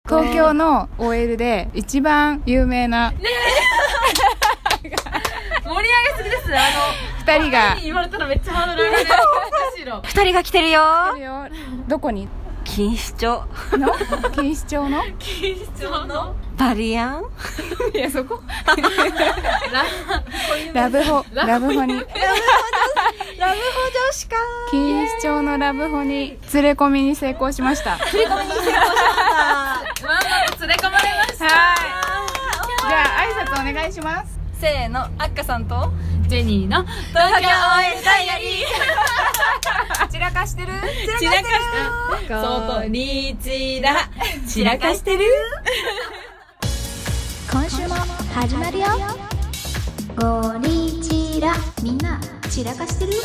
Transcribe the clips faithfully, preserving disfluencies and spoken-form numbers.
東京の オーエル で一番有名なね盛り上げすぎです。あの二人が言われたらめっちゃハードル上がる。 二人が来てるよ。 どこに錦糸町の錦糸町の錦糸町のバリアンいやそこララブホラブホにラブホ女子か。 錦糸町のラブホに連れ込みに成功しました。 振り込みに成功しました。 まんまと連れ込まれました。 はいじゃあ挨拶お願いします。 せーの、あっかさんとジェニーの東京 オーエル ダイアリー。 散らかしてる散らかしてる。外に散ら散らかしてる。 今週も始まるよ。ゴリチラみんな散らかしてる。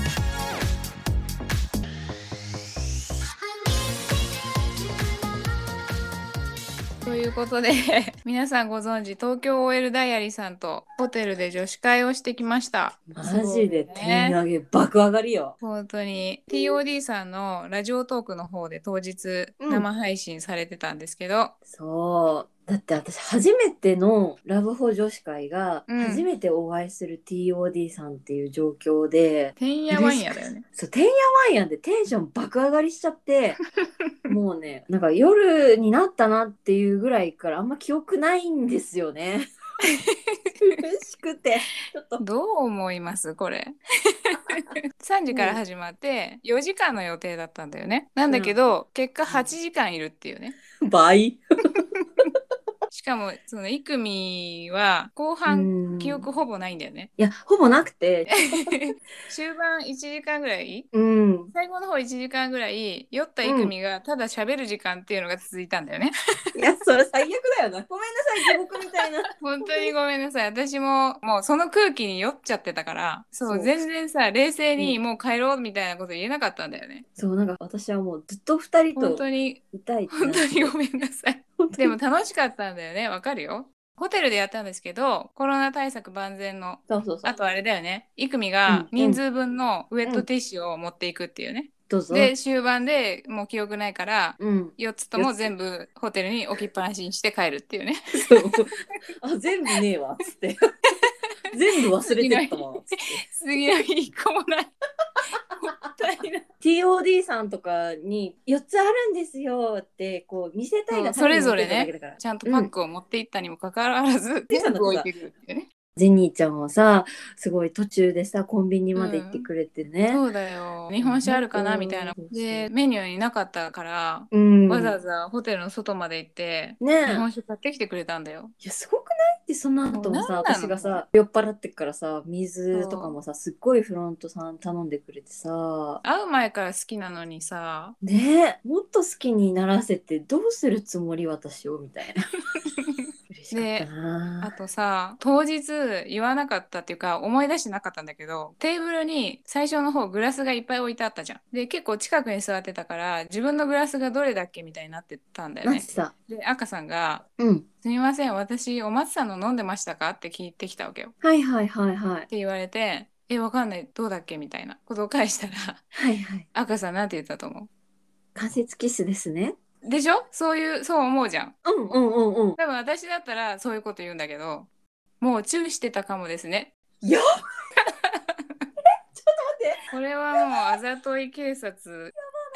ということで皆さんご存知東京 オーエル ダイアリーさんとホテルで女子会をしてきました。 マジで手上げ爆上がりよ。 本当に ティーオーディー さんのラジオトークの方で当日生配信されてたんですけど、うん、 そうだって私初めてのラブホ女子会が、 うん、初めてお会いする ティーオーディー さんっていう状況でてんやわんやだよね。 そうてんやわんやでテンション爆上がりしちゃってもうねなんか夜になったなっていうぐらいからあんま記憶ないんですよね嬉しくてちょっとどう思いますこれさんじから始まってよじかんの予定だったんだよね。なんだけど、うん、結果はちじかんいるっていうね。 倍しかもそのイクミは後半記憶ほぼないんだよね。 いやほぼなくて終盤いちじかんぐらい、 うん、 最後の方いちじかんぐらい酔ったイクミがただ喋る時間っていうのが続いたんだよね、 うん、いやそれ最悪だよな。ごめんなさい地獄みたいな本当にごめんなさい。私ももうその空気に酔っちゃってたからそう全然さ冷静にもう帰ろうみたいなこと言えなかったんだよね。 そうなんか私はもうずっとふたりと本当にいたい本当にごめんなさいでも楽しかったんだよね。わかるよ。ホテルでやったんですけどコロナ対策万全の。 そうそうそう。 あとあれだよね、イクミが人数分のウェットティッシュを持っていくっていうね、 どうぞ。 で終盤でもう記憶ないから、 うん、 よっつとも全部ホテルに置きっぱなしにして帰るっていうねそうあ全部ねえわっつって全部忘れてったわっつって次の日一個もないティーオーディー さんとかによっつあるんですよってこう見せたいがそれぞれねちゃんとパックを持っていったにもかかわらず、うん、全部置いてくるっていうね。 ジェニーちゃんはさすごい途中でさコンビニまで行ってくれてね、 うん、そうだよ日本酒あるかなみたいなでメニューになかったから、 うん、 わざわざホテルの外まで行って、 ね、 日本酒買ってきてくれたんだよ。 いやすごくないってその後もさ私がさ酔っ払ってっからさ水とかもさすっごいフロントさん頼んでくれてさ会う前から好きなのにさねもっと好きにならせてどうするつもり私をみたいなであとさ当日言わなかったっていうか思い出してなかったんだけどテーブルに最初の方グラスがいっぱい置いてあったじゃん。で結構近くに座ってたから自分のグラスがどれだっけみたいになってたんだよね。で赤さんが、うん、すみません私お松さんの飲んでましたかって聞いてきたわけよ。 はいはいはいはいって言われてえわかんないどうだっけみたいなことを返したらはいはい赤さんなんて言ったと思う？ 関節キスですねでしょ。そういうそう思うじゃん。 うんうんうんうん。 多分私だったらそういうこと言うんだけどもうチューしてたかもですね。 いやちょっと待ってこれはもうあざとい警察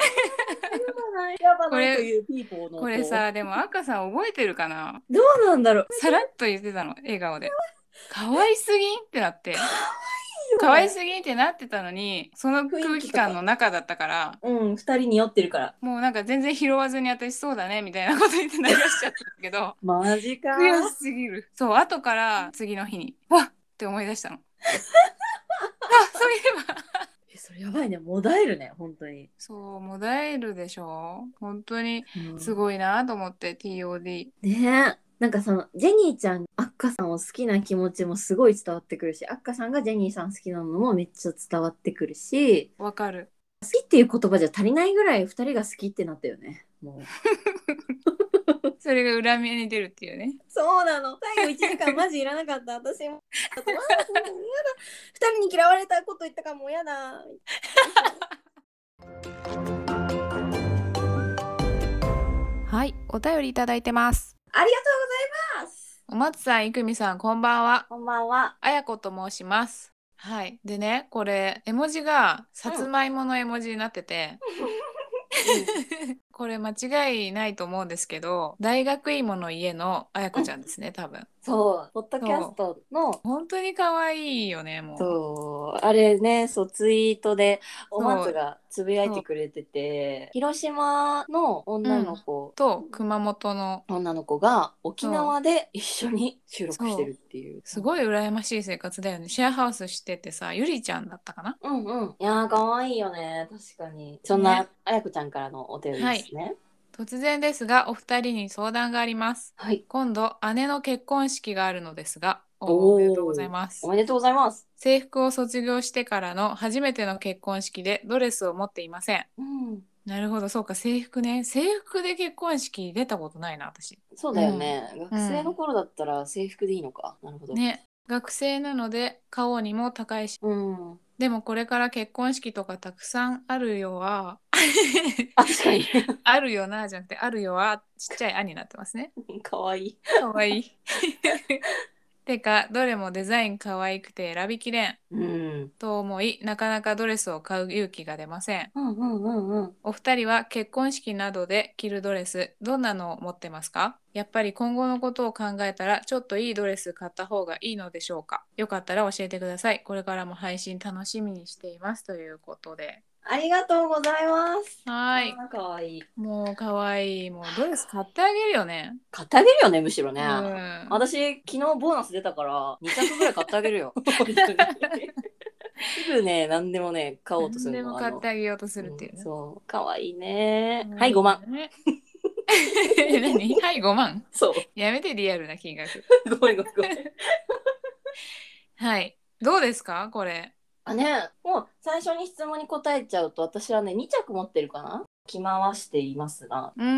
これというピーポーのこれさでも赤さん覚えてるかな。 どうなんだろう。 さらっと言ってたの笑顔で可愛すぎんってなって可愛すぎんってなってたのにその空気感の中だったからうんふたりに酔ってるからもうなんか全然拾わずに私そうだねみたいなこと言って流しちゃったんだけどマジか悔しすぎる。そう後から次の日にわっって思い出したのあそういえばそれやばいねもだえるね本当に。 そうもだえるでしょ本当にすごいなと思って、うん、ティーオーディーねえなんかそのジェニーちゃんアッカさんを好きな気持ちもすごい伝わってくるしアッカさんがジェニーさん好きなのもめっちゃ伝わってくるしわかる。 好きっていう言葉じゃ足りないぐらいふたりが好きってなったよねもうそれが裏目に出るっていうね。 そうなの最後いちじかんマジいらなかった私もあとやだふたりに嫌われたこと言ったかもやだはい、お便りいただいてます。 ありがとうございます。 お松さん、いくみさん、こんばんは。 こんばんは。 あやこと申します。はい。でね、これ、絵文字がさつまいもの絵文字になってて、これ間違いないと思うんですけど、大学芋の家のあやこちゃんですね、多分。 そう、ポッドキャストの、 本当に可愛いよね、もう。 そう、あれね、そう、ツイートでおそう松がつぶやいてくれてて、広島の女の子、 と熊本の女の子が沖縄で一緒に収録してるっていう。 すごい羨ましい生活だよね。シェアハウスしててさ、ゆりちゃんだったかな。 うんうん。いやー、可愛いよね。確かに。そんな、 ねあやこちゃんからのお便りですね。 突然ですが、お二人に相談があります。 はい。 今度、姉の結婚式があるのですが、 おおめでとうございます。 おめでとうございます。 制服を卒業してからの初めての結婚式でドレスを持っていません。 うん。 なるほど、そうか、制服ね。制服で結婚式出たことないな、私。 そうだよね。 うん学生の頃だったら制服でいいのか。なるほど。 ね、学生なので顔にも高いし、 うん。 でもこれから結婚式とかたくさんあるよは、 あ、確かに。 あるよなじゃなくて、あるよはちっちゃいあになってますね。 かわいい。 かわいい。てか、どれもデザイン可愛くて選びきれんうん。 と思い、なかなかドレスを買う勇気が出ません。 うんうんうんうん。 お二人は結婚式などで着るドレス、どんなのを持ってますか？やっぱり今後のことを考えたら、ちょっといいドレス買った方がいいのでしょうか？よかったら教えてください。これからも配信楽しみにしています。ということで。 ありがとうございます。 はい。 かわいい。 もうかわいい。もうドレス買ってあげるよね。 買ってあげるよね、むしろね。 うん、 私、昨日ボーナス出たからに着ぐらい買ってあげるよ。本当にすぐね、何でもね、買おうとするの。 何でも買ってあげようとするっていうね。 うん、そう。かわいいね。 うん、 はい、ごまん。 何？はい、ごまん。 そう。 やめて、リアルな金額。 ごめんごめんごめん。 はい。どうですかこれ。 あね、もう最初に質問に答えちゃうと、私はね、に着持ってるかな？着回していますが、 うん、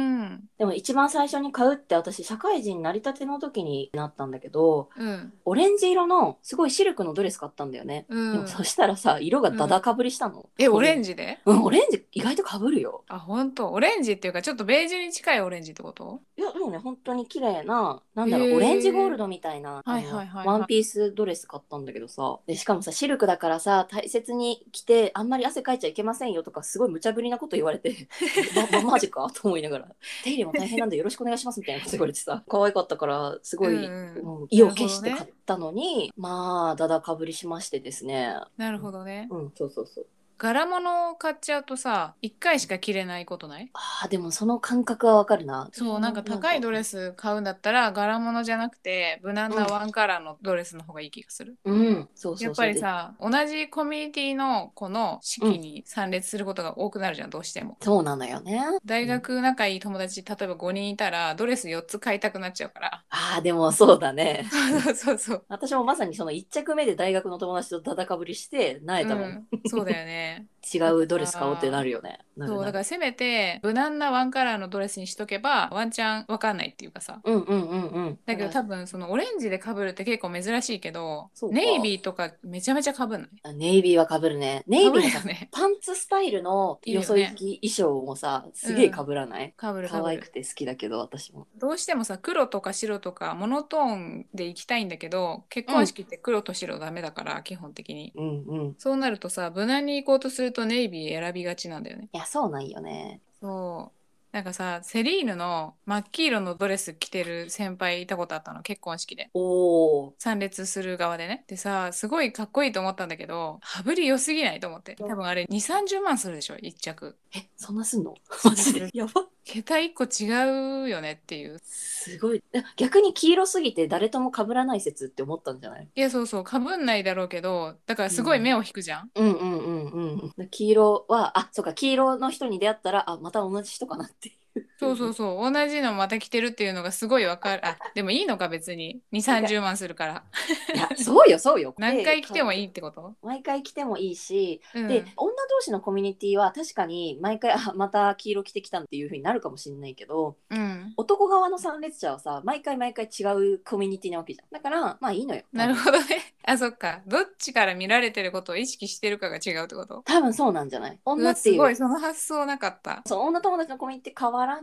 でも一番最初に買うって私社会人なりたての時になったんだけど、 うん、 オレンジ色のすごいシルクのドレス買ったんだよね、 うん、 でもそしたらさ、色がダダかぶりしたの、 うん、え、オレンジで？ うん、オレンジ意外とかぶるよ。 あ、ほんと？オレンジっていうかちょっとベージュに近いオレンジってこと？ いやでもね、本当に綺麗な、なんだろう、オレンジゴールドみたいな、 はいはいはいはい、 ワンピースドレス買ったんだけどさ、でしかもさ、シルクだからさ、大切に着てあんまり汗かいちゃいけませんよとか、すごい無茶ぶりなこと言われてま、ま、マジかと思いながら、手入れも大変なんでよろしくお願いしますみたいなこと言われてさ、可愛かったからすごい、うんうん、意を決して買ったのに、ね、まあだだかぶりしましてですね。 なるほどね。 うん、そうそうそう。 柄物を買っちゃうとさ、いっかいしか着れないことない？ あー、でもその感覚はわかるな。 そう、なんか高いドレス買うんだったら柄物じゃなくて無難なワンカラーのドレスの方がいい気がする。 うん、そうそうそう。 やっぱりさ、同じコミュニティの子の式に参列することが多くなるじゃん、どうしても。 そうなのよね。 大学仲いい友達、例えばごにんいたらドレスよっつ買いたくなっちゃうから。 ああ、でもそうだね。 そうそうそう。 私もまさにそのいっ着目で大学の友達とダダかぶりしてなえたもん、うん、 そうだよね。 違うドレス買おうってなるよね。 そうだからせめて無難なワンカラーのドレスにしとけばワンチャンわかんないっていうかさ。 うんうんうんうん。 だけど多分そのオレンジで被るって結構珍しいけど、ネイビーとかめちゃめちゃ被んない？ ネイビーは被るね。ネイビーのさ、 ね、 パンツスタイルのよそ行き衣装もさ、すげえ被らない？ 被る被る。 可愛くて好きだけど私も。 どうしてもさ、黒とか白とかモノトーンで行きたいんだけど、結婚式って黒と白ダメだから、うん、基本的に、 うんうん、 そうなるとさ、無難に行こうとするとネイビー選びがちなんだよね。 いや、そうなんよね。 そうなんかさ、セリーヌの真っ黄色のドレス着てる先輩いたことあったの、結婚式で。 おー。 参列する側でね。でさ、すごいかっこいいと思ったんだけど、羽振り良すぎないと思って。多分あれにじゅう、さんじゅうまんするでしょ、一着。 え、そんなすんの？マジでやば。 桁一個違うよねっていう。 すごい。逆に黄色すぎて誰とも被らない説って思ったんじゃない？ いや、そうそう、被んないだろうけど、だからすごい目を引くじゃん。 うん、うんうんうんうん。黄色は、あ、そうか、黄色の人に出会ったら、あ、また同じ人かなっていう。 そうそうそう、同じのまた着てるっていうのがすごいわかる。あ、でもいいのか別に。にじゅう、さんじゅうまんするから。 いや、そうよ、そうよ。 何回着てもいいってこと？ 毎回着てもいいし、 うん、 で、女同士のコミュニティは確かに毎回、あ、また黄色着てきたっていう風になるかもしれないけど、 うん、 男側の参列者はさ、毎回毎回違うコミュニティなわけじゃん。だから、まあいいのよ。 なるほどね。あ、そっか。どっちから見られてることを意識してるかが違うってこと？ 多分そうなんじゃない？女っていう。 すごい、その発想なかった。 そう、女友達のコミュニティ変わらん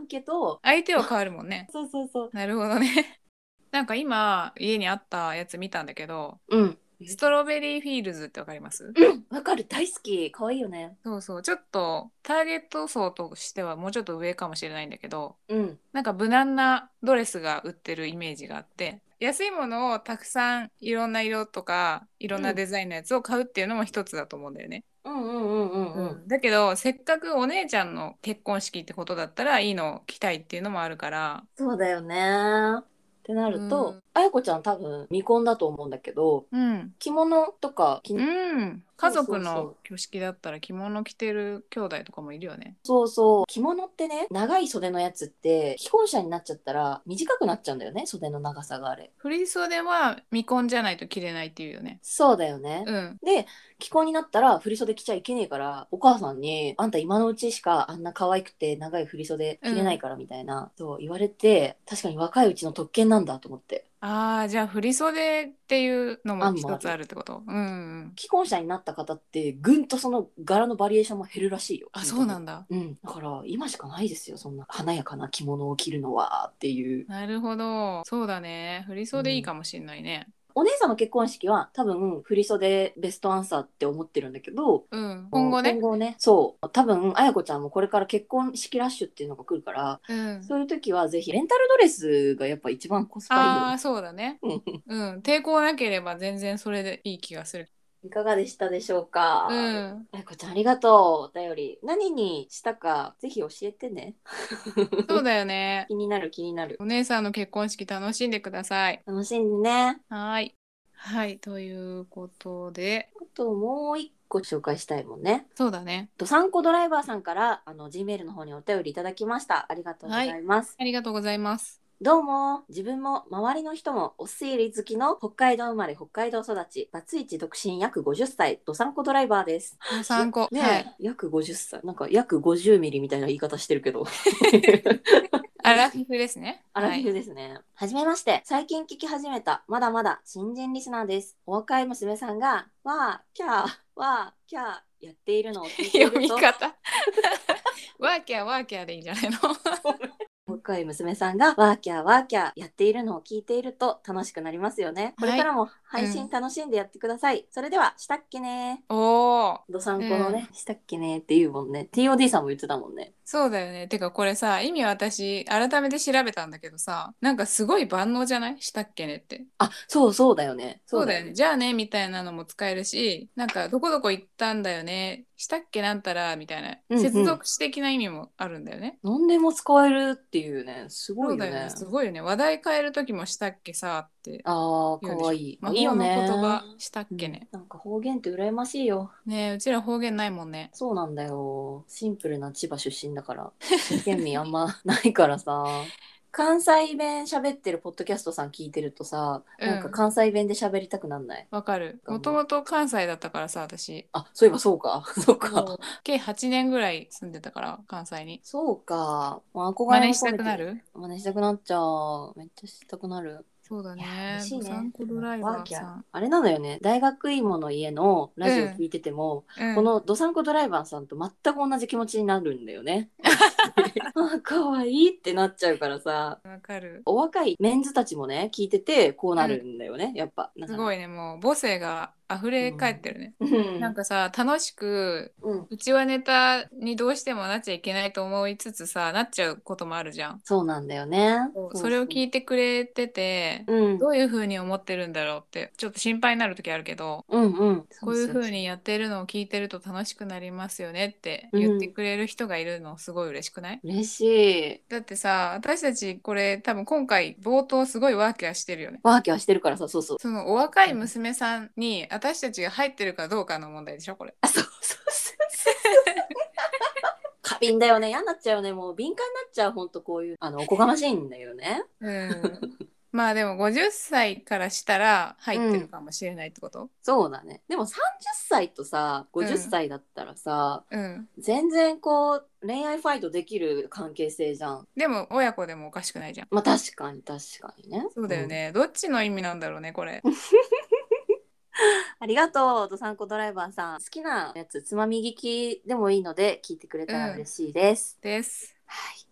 けど相手は変わるもんね。 そうそうそう。 なるほどね。なんか今家にあったやつ見たんだけど、 うんストロベリーフィールズってわかります？ うんわかる、大好き、可愛いよね。 そうそう、ちょっとターゲット層としてはもうちょっと上かもしれないんだけど、 うんなんか無難なドレスが売ってるイメージがあって、安いものをたくさんいろんな色とかいろんなデザインのやつを買うっていうのも一つだと思うんだよね。 うんうんうんうんうんうん、だけどせっかくお姉ちゃんの結婚式ってことだったらいいのを着たいっていうのもあるから。 そうだよねってなると、 うんあやこちゃん多分未婚だと思うんだけど、 うん着物とか着うん家族そうそうそうの挙式だったら着物着てる兄弟とかもいるよね。 そうそう着物ってね、長い袖のやつって既婚者になっちゃったら短くなっちゃうんだよね、袖の長さがあれ。 振り袖は未婚じゃないと着れないっていうよね。 そうだよね、 うんで既婚になったら振り袖着ちゃいけねえから、お母さんにあんた今のうちしかあんな可愛くて長い振り袖着れないからみたいな、そう言われて、確かに若いうちの特権なんだと思って。 ああ、じゃあ振り袖っていうのも案もある一つあるってこと？うんうん。 既婚者になった方ってぐんとその柄のバリエーションも減るらしいよ。 あ、そうなんだ。 うん、だから今しかないですよ、そんな華やかな着物を着るのはっていう。 なるほど。そうだね。振り袖いいかもしんないね。 お姉さんの結婚式は多分振り袖ベストアンサーって思ってるんだけど、 うん。今後ね。 今後ね、そう多分あやこちゃんもこれから結婚式ラッシュっていうのが来るから、 うん。 そういう時はぜひレンタルドレスがやっぱ一番コスパいいよね。 ああ、そうだね。うん。抵抗なければ全然それでいい気がする。 いかがでしたでしょうか。 うん。 あやこちゃんありがとう。お便り何にしたかぜひ教えてね。 そうだよね。 気になる気になる。 お姉さんの結婚式楽しんでください。 楽しんでね。 はい。はい。ということで。 あともう一個紹介したいもんね。 そうだね。 どさんこドライバーさんからあの Gmail の方にお便りいただきました。ありがとうございます。 ありがとうございます。 どうも、自分も周りの人もお推理好きの北海道生まれ北海道育ちバツイチ独身約ごじゅっさいどさんこドライバーです。 どさんこね、 はい、 約ごじゅっさい、なんか約ごじゅうミリみたいな言い方してるけどアラフィフですね。 アラフィフですね。はじめまして。最近聞き始めたまだまだ新人リスナーです。お若い娘さんがわーキャーわーキャーやっているのを聞いていると読み方ワーキャーワーキャーでいいんじゃないの若い娘さんがワーキャーワーキャーやっているのを聞いていると楽しくなりますよね。これからも配信楽しんでやってください。うん、それではしたっけね。 おー。 どさんこのね、うん、したっけねっていうもんね。ティーオーディー さんも言ってたもんね。 そうだよね。てかこれさ、意味私改めて調べたんだけどさ、なんかすごい万能じゃない？したっけねって。 あ、そうそうだよね。 そうだよね。じゃあねみたいなのも使えるし、なんかどこどこ行ったんだよね。したっけなんたらみたいな、うんうん、接続詞的な意味もあるんだよね。 何でも使えるっていうね、すごいよね。 そうだよね、すごいよね。話題変える時もしたっけさってああ、かわいい。 魔法の言葉したっけね、 うん、なんか方言って羨ましいよね。え、うちら方言ないもんね。 そうなんだよ。シンプルな千葉出身だから方言味あんまないからさ関西弁喋ってるポッドキャストさん聞いてるとさ、うん、なんか関西弁で喋りたくなんない？ わかる。もともと関西だったからさ、私。 あ、そういえばそうか。そうか。 計はちねんぐらい住んでたから、関西に。 そうか。憧れ真似したくなる？ 真似したくなっちゃう。めっちゃしたくなる。 そうだね。 嬉しいね。 どさんこドライバーさん。 あれなのよね。大学芋の家のラジオ聞いてても、うん、このどさんこドライバーさんと全く同じ気持ちになるんだよね。あ、可愛いってなっちゃうからさ。 わかる。 お若いメンズたちもね聞いててこうなるんだよね、うん、やっぱ。 すごいね、もう母性が溢れ返ってるね、 うん、 なんかさ楽しく、うん、うちはネタにどうしてもなっちゃいけないと思いつつさなっちゃうこともあるじゃん。 そうなんだよね。 それを聞いてくれてて、うん、どういう風に思ってるんだろうってちょっと心配になる時あるけど、 うんうん、 こういう風にやってるのを聞いてると楽しくなりますよねって言ってくれる人がいるのすごい嬉しくない？ 嬉しい。 だってさ私たちこれ多分今回冒頭すごいワーキャーしてるよね。 ワーキャーしてるからさ、そうそう。 そのお若い娘さんに私たちが入ってるかどうかの問題でしょこれ。 あ、そうそうそうそう過敏だよね。嫌になっちゃうよね。もう敏感になっちゃう。ほんとこういうあのおこがましいんだよね。 うんまあでもごじゅっさいからしたら入ってるかもしれないってこと、うん、 そうだね。でもさんじゅっさいとさごじゅっさいだったらさ、 うん、 全然こう恋愛ファイトできる関係性じゃん。 でも親子でもおかしくないじゃん。 まあ確かに確かにね。 そうだよね、うん、どっちの意味なんだろうねこれありがとうどさんこドライバーさん。好きなやつつまみ聞きでもいいので聞いてくれたら嬉しいです、 うん、です。 はい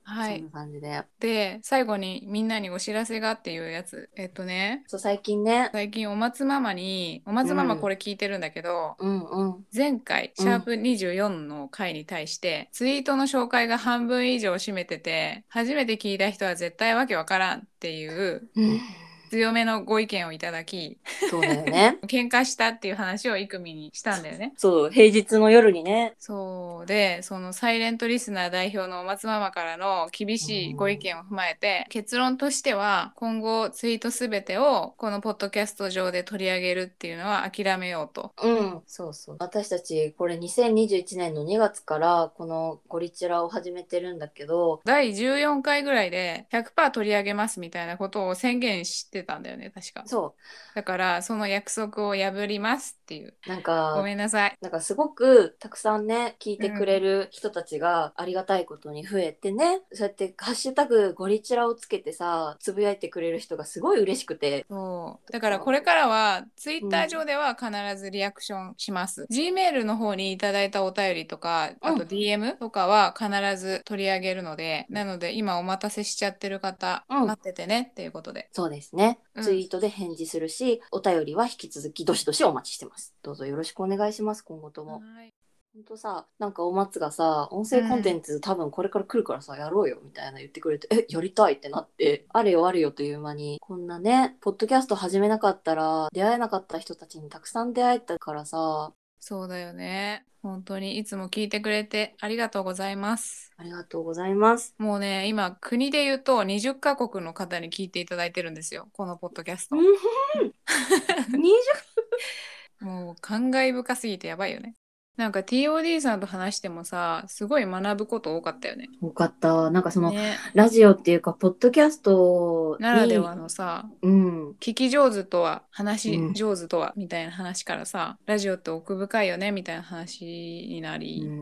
はい。 そんな感じで。 で、最後にみんなにお知らせがっていうやつ。えっとね、 そう、最近ね。 最近お松ママに、お松ママこれ聞いてるんだけど、 うんうん。 前回、 うんシャープにじゅうよんの回に対して、ツイートの紹介が半分以上占めてて、初めて聞いた人は絶対わけわからんっていううん強めのご意見をいただき、 そうだよね。 喧嘩したっていう話をイクミにしたんだよね。 そう、平日の夜にね。 そうで、そのサイレントリスナー代表のお松ママからの厳しいご意見を踏まえて、結論としては今後ツイートすべてをこのポッドキャスト上で取り上げるっていうのは諦めようと。 うん、そうそう。私たちこれにせんにじゅういちねんのにがつからこのゴリチラを始めてるんだけど、 だいじゅうよんかいぐらいで ひゃくパーセント 取り上げますみたいなことを宣言してたんだよね、確か。 そだからその約束を破りますっていう。 う、なんか、 ごめんなさい。 なんかすごくたくさんね、聞いてくれる人たちがありがたいことに増えてね、そうやってハッシュタグゴリチラをつけてさ、つぶやいてくれる人がすごい嬉しくて。 そうだからこれからはツイッター上では必ずリアクションします、うん、Gmail の方にいただいたお便りとか、あと ディーエム とかは必ず取り上げるので、うん、なので今お待たせしちゃってる方、うん、待っててねっていうことで。 そうですね、 うん、 ツイートで返事するし、お便りは引き続きどしどしお待ちしてます。どうぞよろしくお願いします、今後とも。はい、ほんとさ、なんかお松がさ、音声コンテンツ、うん、多分これから来るからさ、やろうよみたいな言ってくれて、え、やりたいってなって、あれよあれよという間に、こんなね、ポッドキャスト始めなかったら出会えなかった人たちにたくさん出会えたからさ。 そうだよね。本当にいつも聞いてくれてありがとうございます。 ありがとうございます。 もうね、今国で言うとにじゅっかこくの方に聞いていただいてるんですよ、このポッドキャスト。にじゅうもう感慨深すぎてやばいよね。なんか ティーオーディー さんと話してもさ、すごい学ぶこと多かったよね。 多かった。なんかその、ね、ラジオっていうかポッドキャストならではのさ、 うん、 聞き上手とは話し上手とは、うん、みたいな話からさ、ラジオって奥深いよねみたいな話になり、 うん、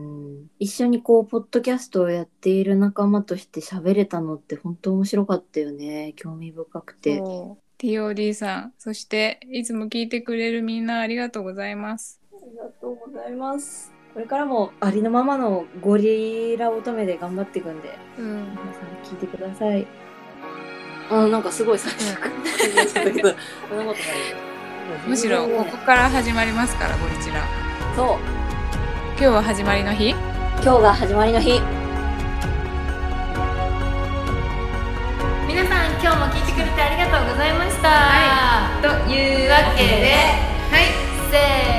一緒にこうポッドキャストをやっている仲間として喋れたのって本当面白かったよね。興味深くて。 そう、 ティーオーディー さん、そしていつも聞いてくれるみんなありがとうございます。 ありがとうございます。これからもありのままのゴリラ乙女で頑張っていくんで、うん、皆さん聞いてください。あ、なんかすごい最初からむしろここから始まりますから、ゴリチラ。 そう。 今日は始まりの日。 今日が始まりの日。 皆さん、今日も聞いてくれてありがとうございました。 はい。 というわけで、はい、せーの。